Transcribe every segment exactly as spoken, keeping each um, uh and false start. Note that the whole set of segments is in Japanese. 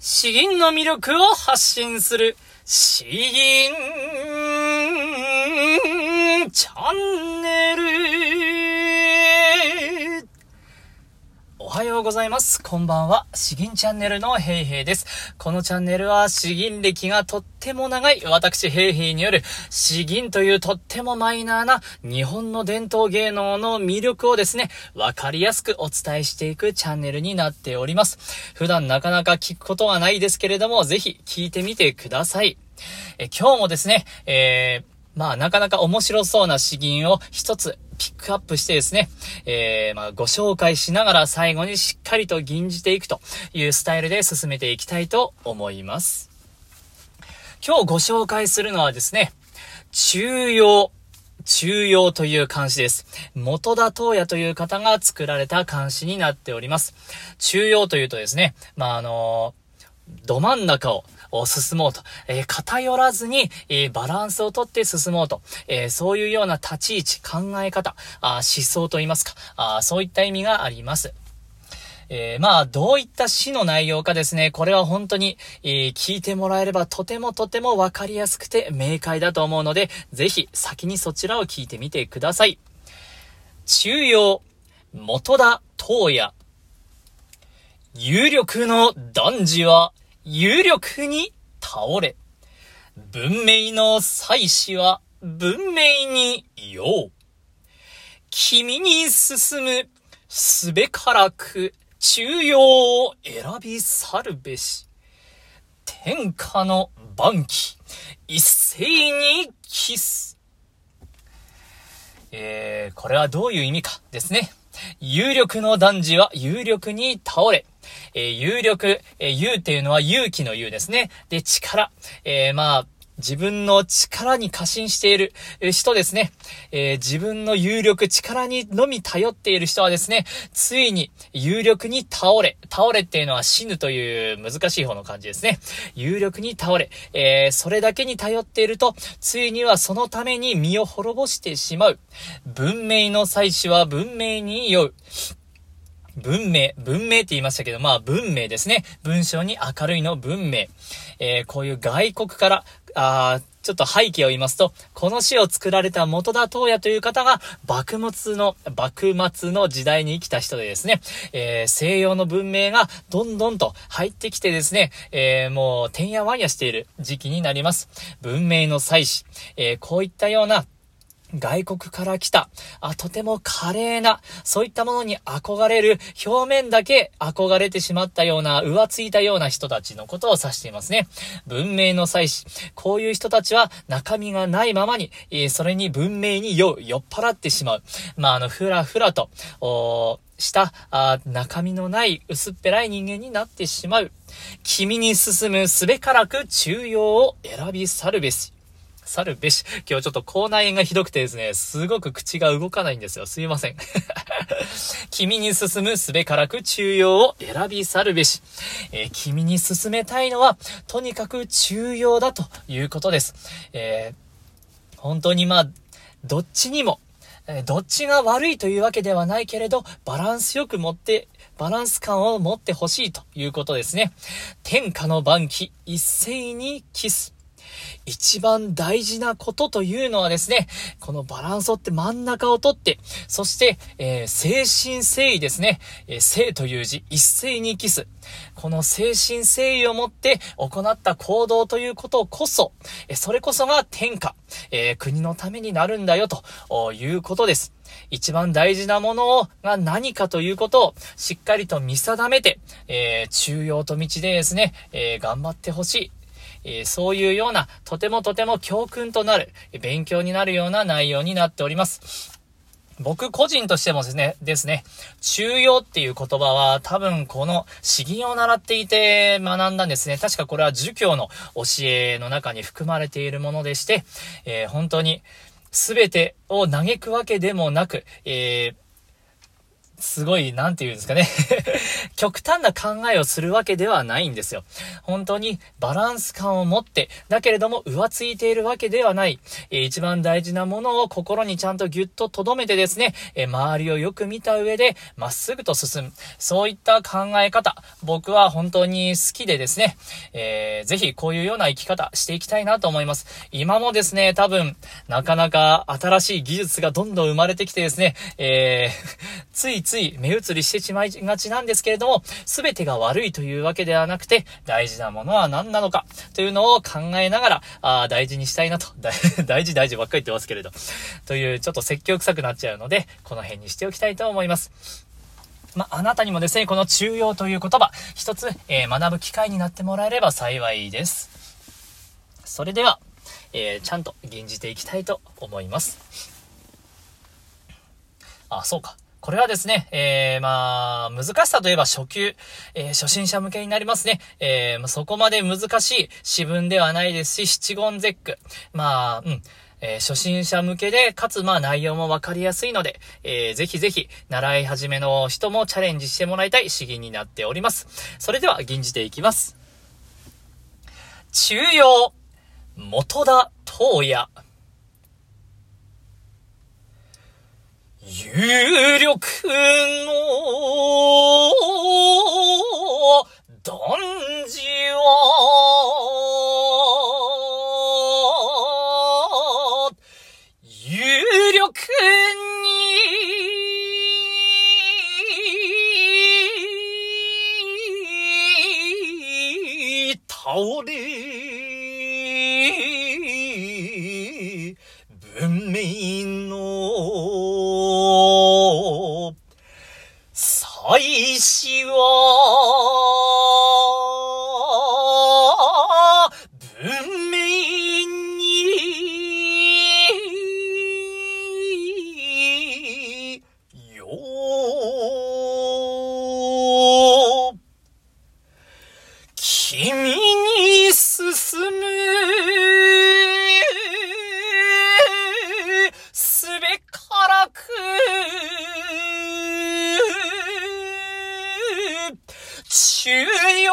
詩吟の魅力を発信する詩吟チャンネル。おはようございます。こんばんは。詩吟チャンネルのヘイヘイです。このチャンネルは詩吟歴がとっても長い私ヘイヘイによる詩吟というとってもマイナーな日本の伝統芸能の魅力をですね、わかりやすくお伝えしていくチャンネルになっております。普段なかなか聞くことはないですけれども、ぜひ聞いてみてください。え今日もですね、えーまあなかなか面白そうな詩吟を一つピックアップしてですね、えー、まあご紹介しながら最後にしっかりと吟じていくというスタイルで進めていきたいと思います。今日ご紹介するのはですね、中庸。中庸という漢詩です。元田東也という方が作られた漢詩になっております。中庸というとですね、まああのー、ど真ん中を進もうと、えー、偏らずに、えー、バランスをとって進もうと、えー、そういうような立ち位置、考え方、あ思想といいますか、あそういった意味があります。えー、まあどういった詩の内容かですね、これは本当に、えー、聞いてもらえればとてもとてもわかりやすくて明快だと思うので、ぜひ先にそちらを聞いてみてください。中庸、元田東也。有力の男児は有力に倒れ、文明の祭司は文明に用。君に進むすべからく中庸を選び去るべし。天下の万機一斉に帰す。えー、これはどういう意味かですね。有力の男児は有力に倒れ。えー、有力、えー、有っていうのは勇気の有ですね。で、力。えー、まあ、自分の力に過信している人ですね。えー、自分の有力、力にのみ頼っている人はですね、ついに有力に倒れ。倒れっていうのは死ぬという難しい方の感じですね。有力に倒れ。えー、それだけに頼っていると、ついにはそのために身を滅ぼしてしまう。文明の祭司は文明に酔う。文明、文明って言いましたけど、まあ文明ですね。文章に明るいの文明。えー、こういう外国から、あちょっと背景を言いますと、この詩を作られた元田東也という方が、幕末の、幕末の時代に生きた人でですね、えー、西洋の文明がどんどんと入ってきてですね、えー、もう、てんやわんやしている時期になります。文明の祭司、えー、こういったような、外国から来た、あ、とても華麗な、そういったものに憧れる、表面だけ憧れてしまったような、浮ついたような人たちのことを指していますね。文明の祭司。こういう人たちは中身がないままに、えー、それに文明に酔う、酔っ払ってしまう。まあ、あの、ふらふらと、おしたあ中身のない薄っぺらい人間になってしまう。君に進むすべからく中庸を選び去るべし。去るべし。今日ちょっと口内炎がひどくてですね、すごく口が動かないんですよ。すいません。君に進むすべからく中庸を選び去るべし。えー、君に進めたいのは、とにかく中庸だということです。えー、本当にまあ、どっちにも、えー、どっちが悪いというわけではないけれど、バランスよく持って、バランス感を持ってほしいということですね。天下の万機一斉に帰す。一番大事なことというのはですね、このバランスをって真ん中をとって、そして、えー、誠心誠意ですね、えー、誠という字、一斉に帰す。この誠心誠意を持って行った行動ということこそ、えー、それこそが天下、えー、国のためになるんだよということです。一番大事なものが何かということをしっかりと見定めて、えー、中庸と道でですね、えー、頑張ってほしい。えー、そういうようなとてもとても教訓となる、勉強になるような内容になっております。僕個人としてもですね、ですね、中庸っていう言葉は多分この詩吟を習っていて学んだんですね。確かこれは儒教の教えの中に含まれているものでして、えー、本当に全てを嘆くわけでもなく、えーすごい、なんて言うんですかね。極端な考えをするわけではないんですよ。本当にバランス感を持って、だけれども浮ついているわけではない。えー、一番大事なものを心にちゃんとギュッと留めてですね、えー、周りをよく見た上で、まっすぐと進む。そういった考え方、僕は本当に好きでですね、えー、ぜひこういうような生き方していきたいなと思います。今もですね、多分、なかなか新しい技術がどんどん生まれてきてですね、えー、ついつい目移りしてしまいがちなんですけれども、すべてが悪いというわけではなくて、大事なものは何なのかというのを考えながら、あ大事にしたいなと、大事大事ばっかり言ってますけれど、というちょっと説教臭くなっちゃうので、この辺にしておきたいと思います。まあ、あなたにもですね、この中庸という言葉、一つ、えー、学ぶ機会になってもらえれば幸いです。それでは、えー、ちゃんと吟じていきたいと思います。あ、そうか。これはですね、えー、まあ、難しさといえば初級、えー、初心者向けになりますね。えー、まあ、そこまで難しい詩文ではないですし、七言絶句。まあ、うん。えー、初心者向けで、かつまあ内容もわかりやすいので、えー、ぜひぜひ習い始めの人もチャレンジしてもらいたい詩吟になっております。それでは吟じていきます。中庸、元田東也。有力の男児は有力に倒れ文明の祭祀は文明によ君に進むすべからく中庸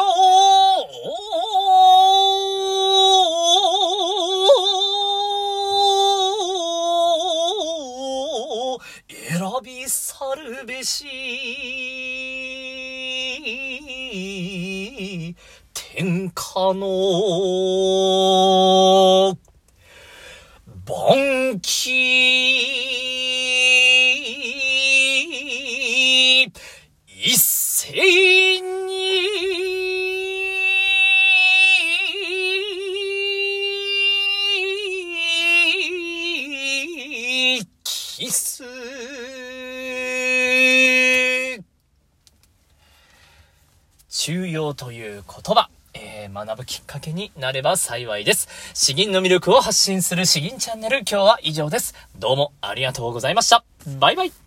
選び去るべし天下の万機一斉にキス中庸という言葉、えー、学ぶきっかけになれば幸いです。詩吟の魅力を発信する詩吟チャンネル、今日は以上です。どうもありがとうございました。バイバイ。